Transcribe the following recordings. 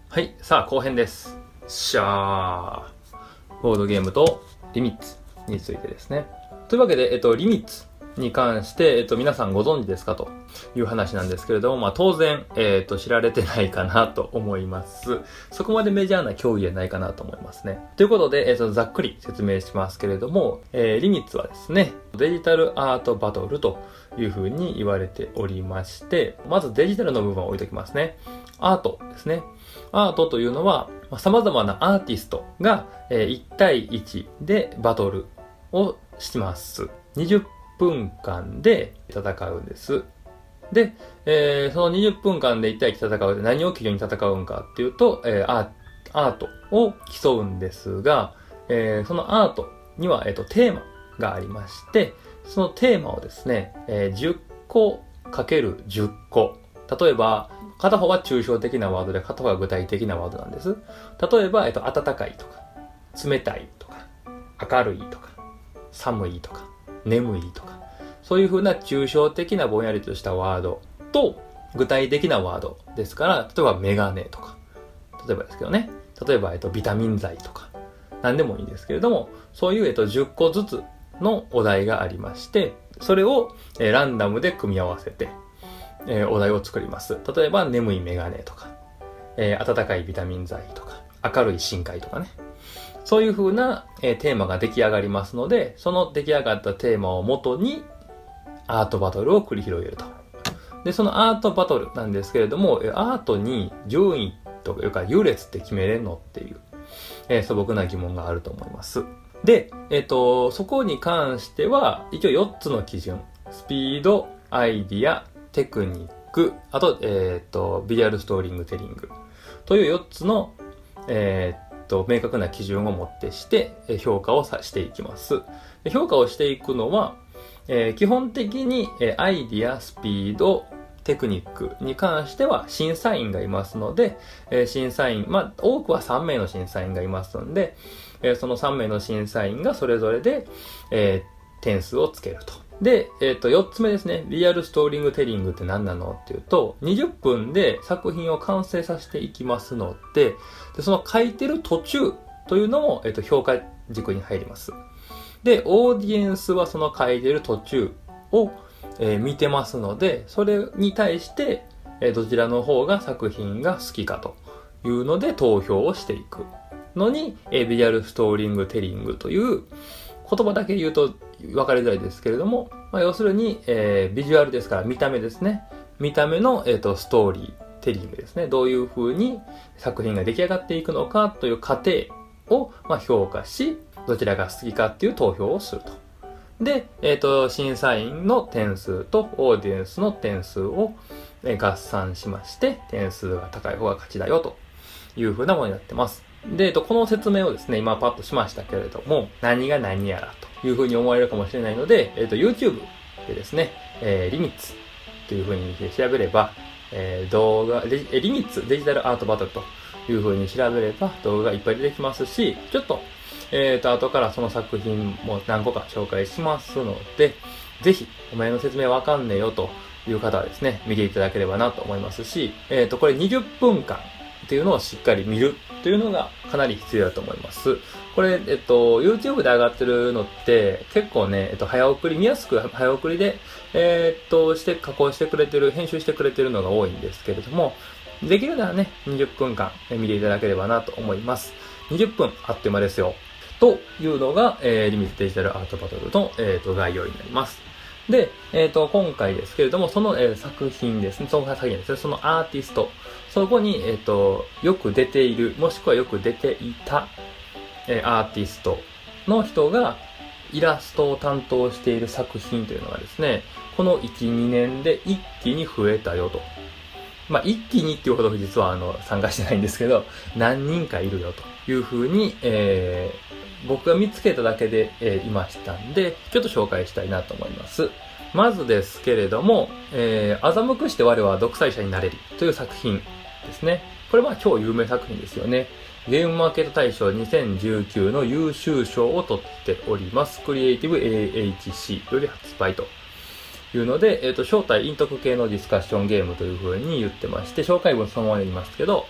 はい、さあ後編です。ボードゲームとリミッツについてですね。というわけで、リミッツに関して、皆さんご存知ですかという話なんですけれども、当然、知られてないかなと思います。そこまでメジャーな競技はないかなと思いますね。ということで、ざっくり説明しますけれども、リミッツはですね、デジタルアートバトルという風に言われておりまして、まずデジタルの部分を置いておきますね。アートですね。アートというのは、様々なアーティストが1対1でバトルをします。20分間で戦うんです。で、その20分間で1対1戦うで何を基準に戦うんかっていうと、アートを競うんですが、そのアートには、テーマがありまして、そのテーマをですね、10個かける10個。例えば、片方は抽象的なワードで片方は具体的なワードなんです。例えば、暖かいとか、冷たいとか、明るいとか、寒いとか、眠いとか、そういう風な抽象的なぼんやりとしたワードと具体的なワードですから、例えばメガネとか、例えばですけどね、例えば、ビタミン剤とか、何でもいいんですけれども、そういう、10個ずつのお題がありまして、それを、ランダムで組み合わせて、お題を作ります。例えば、眠いメガネとか、暖かいビタミン剤とか、明るい深海とかね。そういう風な、テーマが出来上がりますので、その出来上がったテーマを元に、アートバトルを繰り広げると。で、そのアートバトルなんですけれども、アートに順位というか優劣って決めれんのっていう、素朴な疑問があると思います。で、そこに関しては、一応4つの基準。スピード、アイディア、テクニック、あと、ビジュアルストーリングテリングという4つの、明確な基準をもってして評価をしていきます。評価をしていくのは、基本的にアイディア、スピード、テクニックに関しては審査員がいますので、審査員、多くは3名の審査員がいますので、その3名の審査員がそれぞれで、点数をつけると。で、4つ目ですね。リアルストーリングテリングって何なのっていうと、20分で作品を完成させていきますので、その書いてる途中というのも、評価軸に入ります。で、オーディエンスはその書いてる途中を、見てますので、それに対して、どちらの方が作品が好きかというので投票をしていくのに、ビジュアルストーリングテリングという言葉だけ言うと分かりづらいですけれども、要するに、ビジュアルですから見た目ですね。見た目の、ストーリーテリングですね。どういう風に作品が出来上がっていくのかという過程を、評価し、どちらが好きかっていう投票をすると。で、審査員の点数とオーディエンスの点数を合算しまして、点数が高い方が勝ちだよという風なものになってます。で、この説明をですね、今パッとしましたけれども、何が何やらという風に思われるかもしれないので、YouTube でですね、リミッツという風に調べれば、動画、リミッツデジタルアートバトルという風に調べれば動画がいっぱい出てきますし、ちょっと、後からその作品も何個か紹介しますので、ぜひ、お前の説明わかんねえよという方はですね、見ていただければなと思いますし、これ20分間っていうのをしっかり見るというのがかなり必要だと思います。これ、YouTube で上がってるのって結構ね、早送り、見やすく早送りで、して加工してくれてる、編集してくれてるのが多いんですけれども、できるならね、20分間見ていただければなと思います。20分あっという間ですよ。というのが、リミットデジタルアートバトルの、概要になります。で、今回ですけれども、その、作品ですね、その作品ですね、そのアーティスト、そこに、よく出ている、もしくはよく出ていた、アーティストの人がイラストを担当している作品というのがですね、この1、2年で一気に増えたよと。一気にっていうほど実は参加してないんですけど、何人かいるよというふうに、僕が見つけただけで、いましたんで、ちょっと紹介したいなと思います。まずですけれども、欺くして我は独裁者になれるという作品ですね。これは超有名作品ですよね。ゲームマーケット大賞2019の優秀賞を取っております。クリエイティブ AHC より発売というので、正体陰徳系のディスカッションゲームという風に言ってまして、紹介文そのままで言いますけど、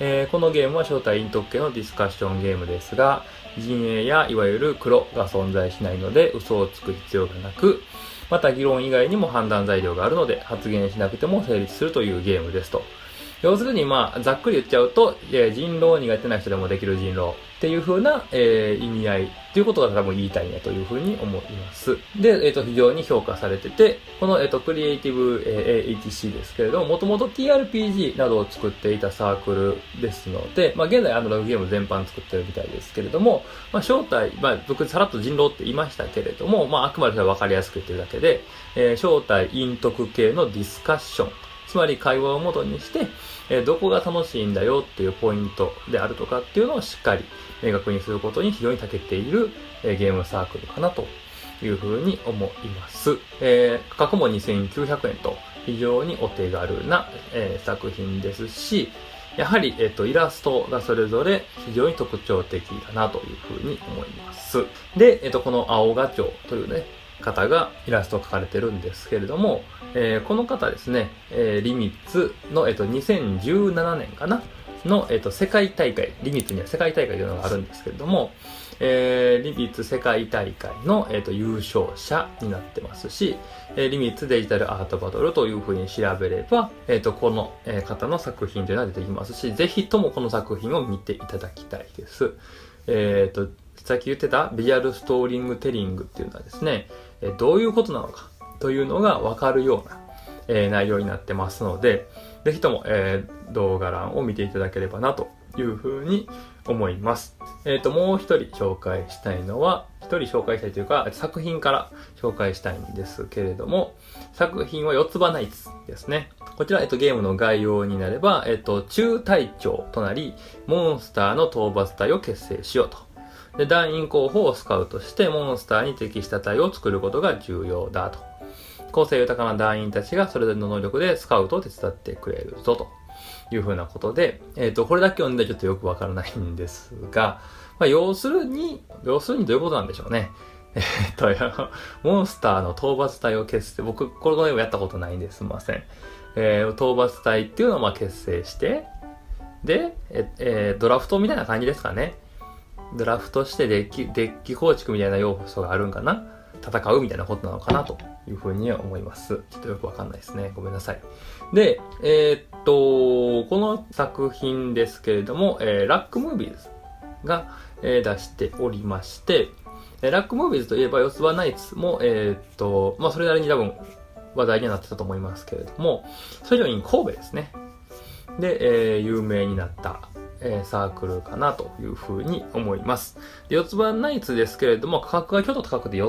このゲームは正体陰徳系のディスカッションゲームですが、陣営やいわゆる黒が存在しないので嘘をつく必要がなく、また議論以外にも判断材料があるので発言しなくても成立するというゲームですと。要するにざっくり言っちゃうと、人狼苦手な人でもできる人狼っていう風な、意味合いっていうことが多分言いたいねという風に思います。で、非常に評価されてて、この、クリエイティブ、HC ですけれども、もともと TRPG などを作っていたサークルですので、現在アナログゲーム全般作ってるみたいですけれども、正体、僕さらっと人狼って言いましたけれども、あくまでそれは分かりやすく言ってるだけで、正体陰徳系のディスカッション、つまり会話を元にして、どこが楽しいんだよっていうポイントであるとかっていうのをしっかり明確にすることに非常に長けている、ゲームサークルかなというふうに思います。価格も2900円と非常にお手軽な、作品ですし、やはり、イラストがそれぞれ非常に特徴的だなというふうに思います。で、この青ガチョウというね、方がイラストを描かれてるんですけれども、この方ですね、リミッツの、2017年かなの、世界大会、リミッツには世界大会というのがあるんですけれども、リミッツ世界大会の、優勝者になってますし、リミッツデジタルアートバトルというふうに調べれば、この、方の作品というのが出てきますし、ぜひともこの作品を見ていただきたいです。さっき言ってたビジュアルストーリングテリングっていうのはですね、どういうことなのかというのがわかるような、内容になってますので、ぜひとも、動画欄を見ていただければなというふうに思います。もう一人紹介したいのは、というか、作品から紹介したいんですけれども、作品は四つ葉ナイツですね。こちら、ゲームの概要になれば、中隊長となり、モンスターの討伐隊を結成しようと。で、団員候補をスカウトしてモンスターに適した隊を作ることが重要だと。個性豊かな団員たちがそれぞれの能力でスカウトを手伝ってくれるぞというふうなことで、これだけ読んでちょっとよくわからないんですが、要するにどういうことなんでしょうね。モンスターの討伐隊を結成、僕、このゲームやったことないんです。すみません。討伐隊っていうのを結成して、で、ドラフトみたいな感じですかね。ドラフトしてデッキ構築みたいな要素があるんかな、戦うみたいなことなのかなというふうに思います。ちょっとよくわかんないですね。ごめんなさい。で、この作品ですけれども、ラックムービーズが、出しておりまして、ラックムービーズといえば四つ葉ナイツも、それなりに多分話題にはなってたと思いますけれども、それ以上に神戸ですね。で、有名になったサークルかなというふうに思います。で、四つ葉ナイツですけれども、価格がちょっと高くて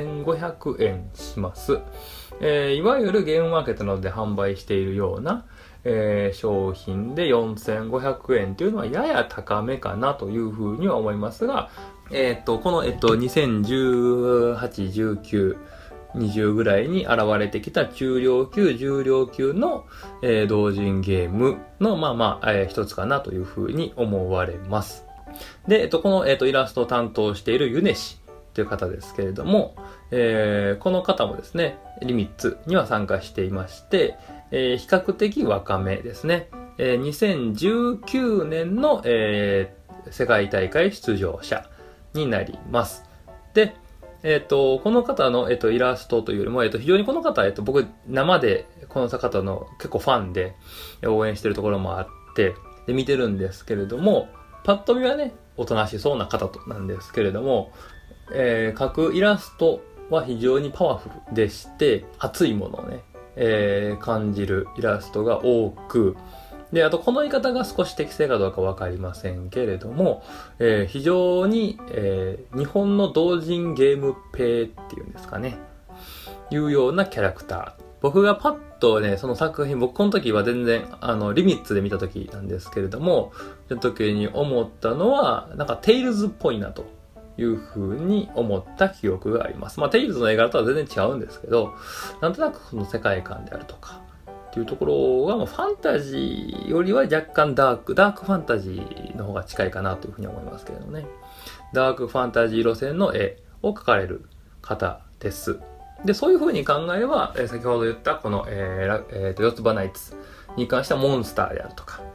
4500円します。いわゆるゲームマーケットなどで販売しているような、商品で4500円というのはやや高めかなというふうには思いますが、この、2018、19、20ぐらいに現れてきた中量級、重量級の、同人ゲームの、一つかなというふうに思われます。で、この、イラストを担当しているユネシという方ですけれども、この方もですね、リミッツには参加していまして、比較的若めですね。2019年の、世界大会出場者になります。で、この方の、イラストというよりも、非常にこの方、僕、生でこの方の結構ファンで応援してるところもあって、で、見てるんですけれども、パッと見はね、おとなしそうな方なんですけれども、描くイラストは非常にパワフルでして、熱いものをね、感じるイラストが多く、で、あとこの言い方が少し適正かどうかわかりませんけれども、非常に、日本の同人ゲームペーっていうんですかね、いうようなキャラクター。僕がパッとね、その作品、僕この時は全然、リミッツで見た時なんですけれども、その時に思ったのは、なんかテイルズっぽいなという風に思った記憶があります。テイルズの映画とは全然違うんですけど、なんとなくその世界観であるとか、っていうところが、ファンタジーよりは若干ダークファンタジーの方が近いかなというふうに思いますけれどもね。ダークファンタジー路線の絵を描かれる方です。で、そういうふうに考えれば、先ほど言ったこの、四つ葉ナイツに関してはモンスターであるとか、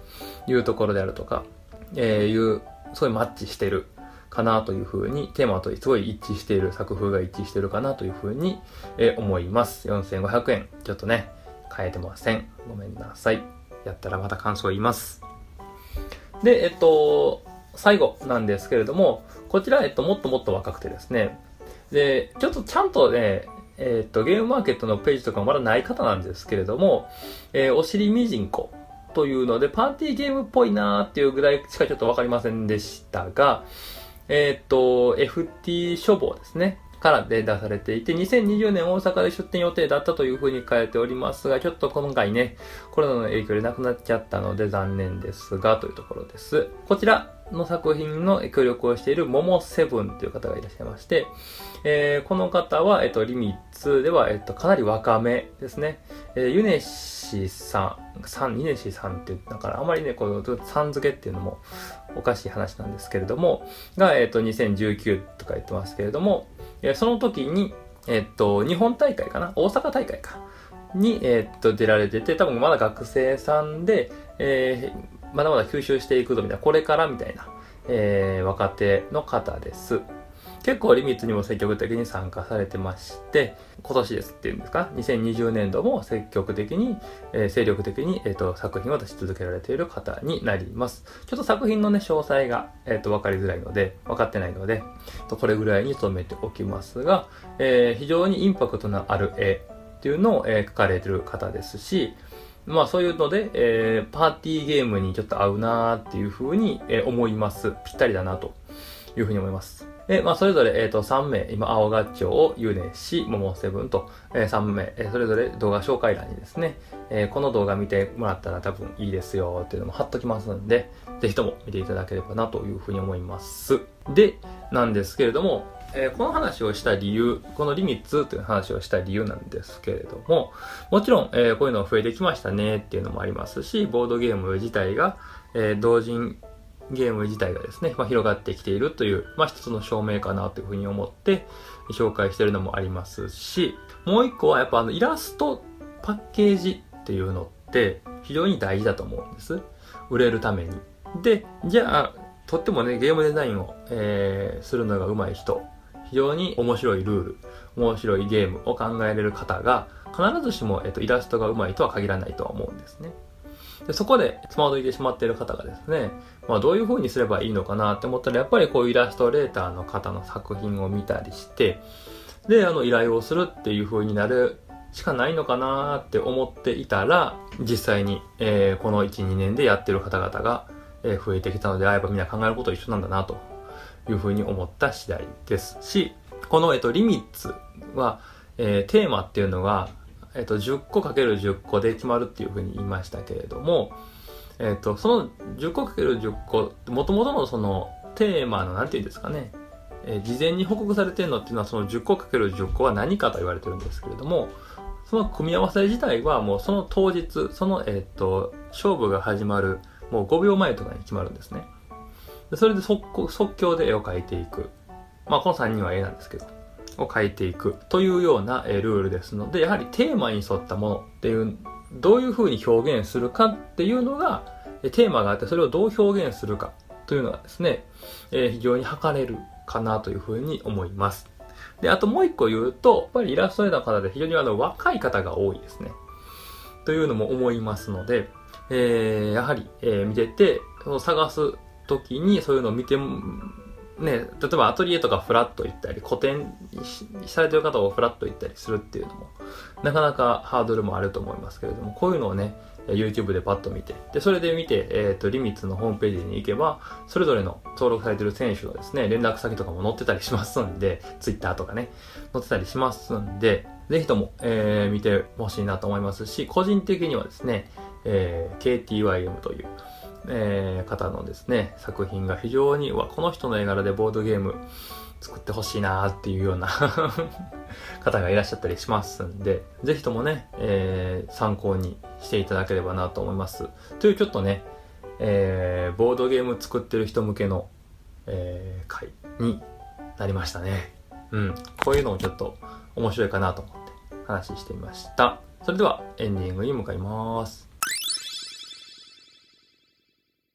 いうところであるとか、すごいマッチしてるかなというふうに、テーマとすごい一致している、作風が一致しているかなというふうに、思います。4500円。ちょっとね、変えてません。ごめんなさい。やったらまた感想を言います。で、最後なんですけれども、こちら、もっともっと若くてですね、で、ちょっとちゃんとね、ゲームマーケットのページとかまだない方なんですけれども、おしりみじんこというので、パーティーゲームっぽいなーっていうぐらいしかちょっとわかりませんでしたが、FT 書房ですね。からで出されていて、2020年大阪で出展予定だったというふうに書いておりますが、ちょっと今回ね、コロナの影響でなくなっちゃったので残念ですが、というところです。こちらの作品の協力をしているモモセブンという方がいらっしゃいまして、この方は、リミッツでは、かなり若めですね。ユネシさんってだからあまりね、こう、さん付けっていうのもおかしい話なんですけれども、が、2019とか言ってますけれども、その時に、日本大会かな大阪大会か。に、出られてて、多分まだ学生さんで、まだまだ吸収していくぞみたいな、これからみたいな、若手の方です。結構リミッツにも積極的に参加されてまして、今年ですっていうんですか、2020年度も積極的に、精力的に、作品を出し続けられている方になります。ちょっと作品のね、詳細が、分かりづらいので、分かってないので、これぐらいに留めておきますが、非常にインパクトのある絵っていうのを、描かれている方ですし、まあそういうので、パーティーゲームにちょっと合うなーっていう風に、思います。ぴったりだなという風に思います。まあそれぞれ、3名、今、青ガチョウ、ユネシ、モモセブンと、3名、それぞれ動画紹介欄にですね、この動画見てもらったら多分いいですよっていうのも貼っときますんで、ぜひとも見ていただければなという風に思います。で、なんですけれども、この話をした理由、このリミッツという話をした理由なんですけれども、もちろん、こういうの増えてきましたねっていうのもありますし、ボードゲーム自体が、同人ゲーム自体がですね、まあ、広がってきているという、まあ、一つの証明かなというふうに思って紹介しているのもありますし、もう一個はやっぱイラストパッケージっていうのって非常に大事だと思うんです。売れるために。で、じゃあ、とってもね、ゲームデザインを、するのが上手い人、非常に面白いルール、面白いゲームを考えれる方が、必ずしも、イラストが上手いとは限らないとは思うんですね。でそこでつまずいてしまっている方がですね、まあどういう風にすればいいのかなって思ったら、やっぱりこういうイラストレーターの方の作品を見たりして、で、依頼をするっていう風になるしかないのかなって思っていたら、実際に、この1、2年でやってる方々が、増えてきたので、やっぱみんな考えること一緒なんだなという風に思った次第ですし、この、リミッツは、テーマっていうのが、10個 ×10 個で決まるっていう風に言いましたけれども、その10個 ×10 個、元々のそのテーマのなんていうんですかね、事前に報告されているのっていうのはその10個 ×10 個は何かと言われてるんですけれども、その組み合わせ自体はもうその当日、その、勝負が始まるもう5秒前とかに決まるんですね。でそれで即興で絵を描いていく。まあこの3人は絵なんですけど。を描いていくというようなルールですので、やはりテーマに沿ったものっていう、どういう風に表現するかっていうのが、テーマがあってそれをどう表現するかというのがですね、非常に測れるかなという風に思います。で、あともう一個言うと、やっぱりイラストレーターの方で非常に若い方が多いですね。というのも思いますので、やはり、見てて、探す時にそういうのを見てね、例えばアトリエとかフラッと行ったり、個展されてる方をフラッと行ったりするっていうのも、なかなかハードルもあると思いますけれども、こういうのをね、YouTube でパッと見て、で、それで見て、リミッツのホームページに行けば、それぞれの登録されてる選手のですね、連絡先とかも載ってたりしますんで、Twitter とかね、載ってたりしますんで、ぜひとも、見てほしいなと思いますし、個人的にはですね、KTYM という、方のですね、作品が非常に、この人の絵柄でボードゲーム作ってほしいなーっていうような方がいらっしゃったりしますんで、ぜひともね、参考にしていただければなと思います。というちょっとね、ボードゲーム作ってる人向けの、回になりましたね。うん。こういうのもちょっと面白いかなと思って話してみました。それではエンディングに向かいます。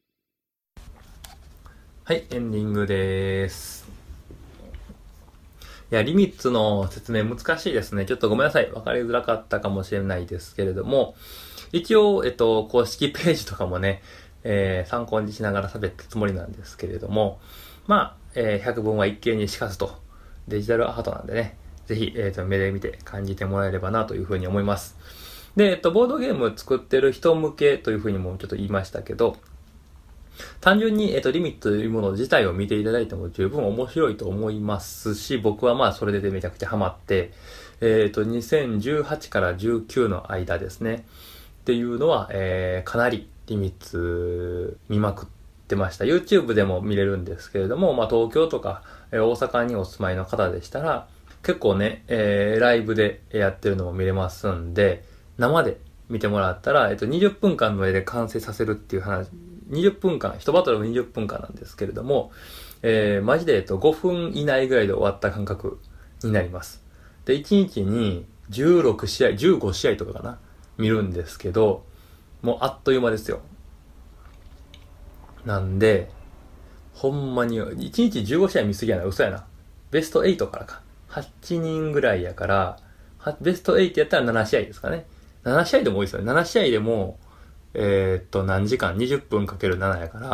はい、エンディングです。いや、リミッツの説明難しいですね。ちょっとごめんなさい。わかりづらかったかもしれないですけれども、一応、公式ページとかもね、参考にしながら喋ったつもりなんですけれども、まあ、百聞は一見にしかずと、デジタルアートなんでね、ぜひ、目で見て感じてもらえればなというふうに思います。で、ボードゲーム作ってる人向けというふうにもちょっと言いましたけど、単純に、リミットというもの自体を見ていただいても十分面白いと思いますし、僕はまあそれでめちゃくちゃハマって、2018から19の間ですね。っていうのは、かなりリミッツ見まくってました。YouTube でも見れるんですけれども、まあ東京とか、大阪にお住まいの方でしたら、結構ね、ライブでやってるのも見れますんで、生で見てもらったら、20分間の絵で完成させるっていう話、20分間、一バトルも20分間なんですけれども、マジで5分以内ぐらいで終わった感覚になります。で、1日に16試合、15試合とかかな、見るんですけど、もうあっという間ですよ。なんで、ほんまに、1日15試合見すぎやな、嘘やな。ベスト8からか。8人ぐらいやから、ベスト8やったら7試合ですかね。7試合でも多いですよね。7試合でも、何時間 ?20 分かける7やから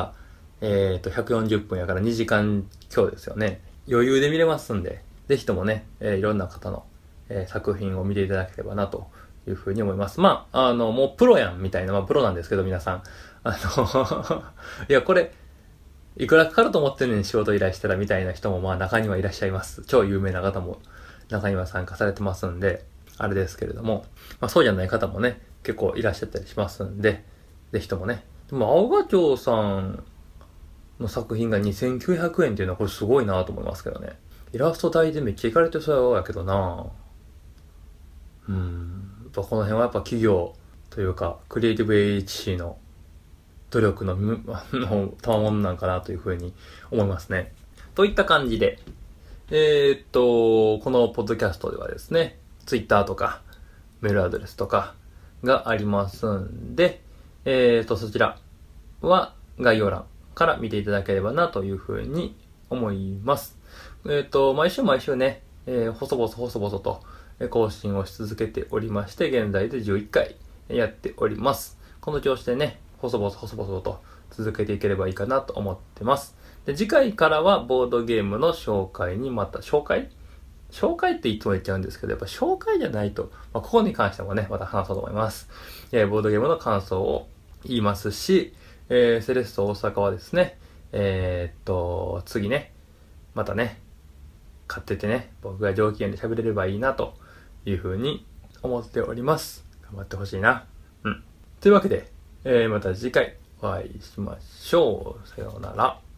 、140分やから2時間強ですよね。余裕で見れますんで、ぜひともね、いろんな方の、作品を見ていただければなというふうに思います。まあ、もうプロやんみたいな、まあプロなんですけど皆さん。いや、これ、いくらかかると思ってんねん仕事依頼したらみたいな人もまあ中にはいらっしゃいます。超有名な方も中には参加されてますんで、あれですけれども、まあそうじゃない方もね、結構いらっしゃったりしますんで、ぜひともね。でも青葉町さんの作品が2900円っていうのはこれすごいなと思いますけどね。イラスト代でめっちゃいかれてそうやけどなやっぱこの辺はやっぱ企業というか、クリエイティブ HC の努力の賜物なんかなというふうに思いますね。といった感じで、このポッドキャストではですね、Twitter とかメールアドレスとかがありますんで、そちらは概要欄から見ていただければなというふうに思います。毎週毎週ね、細々と更新をし続けておりまして、現在で11回やっております。この調子でね、細々と続けていければいいかなと思ってます。で、次回からはボードゲームの紹介にまた、紹介っていつも言っちゃうんですけど、やっぱ紹介じゃないと、ここに関してもね、また話そうと思います。ボードゲームの感想を言いますし、セレッソ大阪はですね、次ね、またね、買っててね、僕が上機嫌で喋れればいいなというふうに思っております。頑張ってほしいな。というわけで、また次回お会いしましょう。さようなら。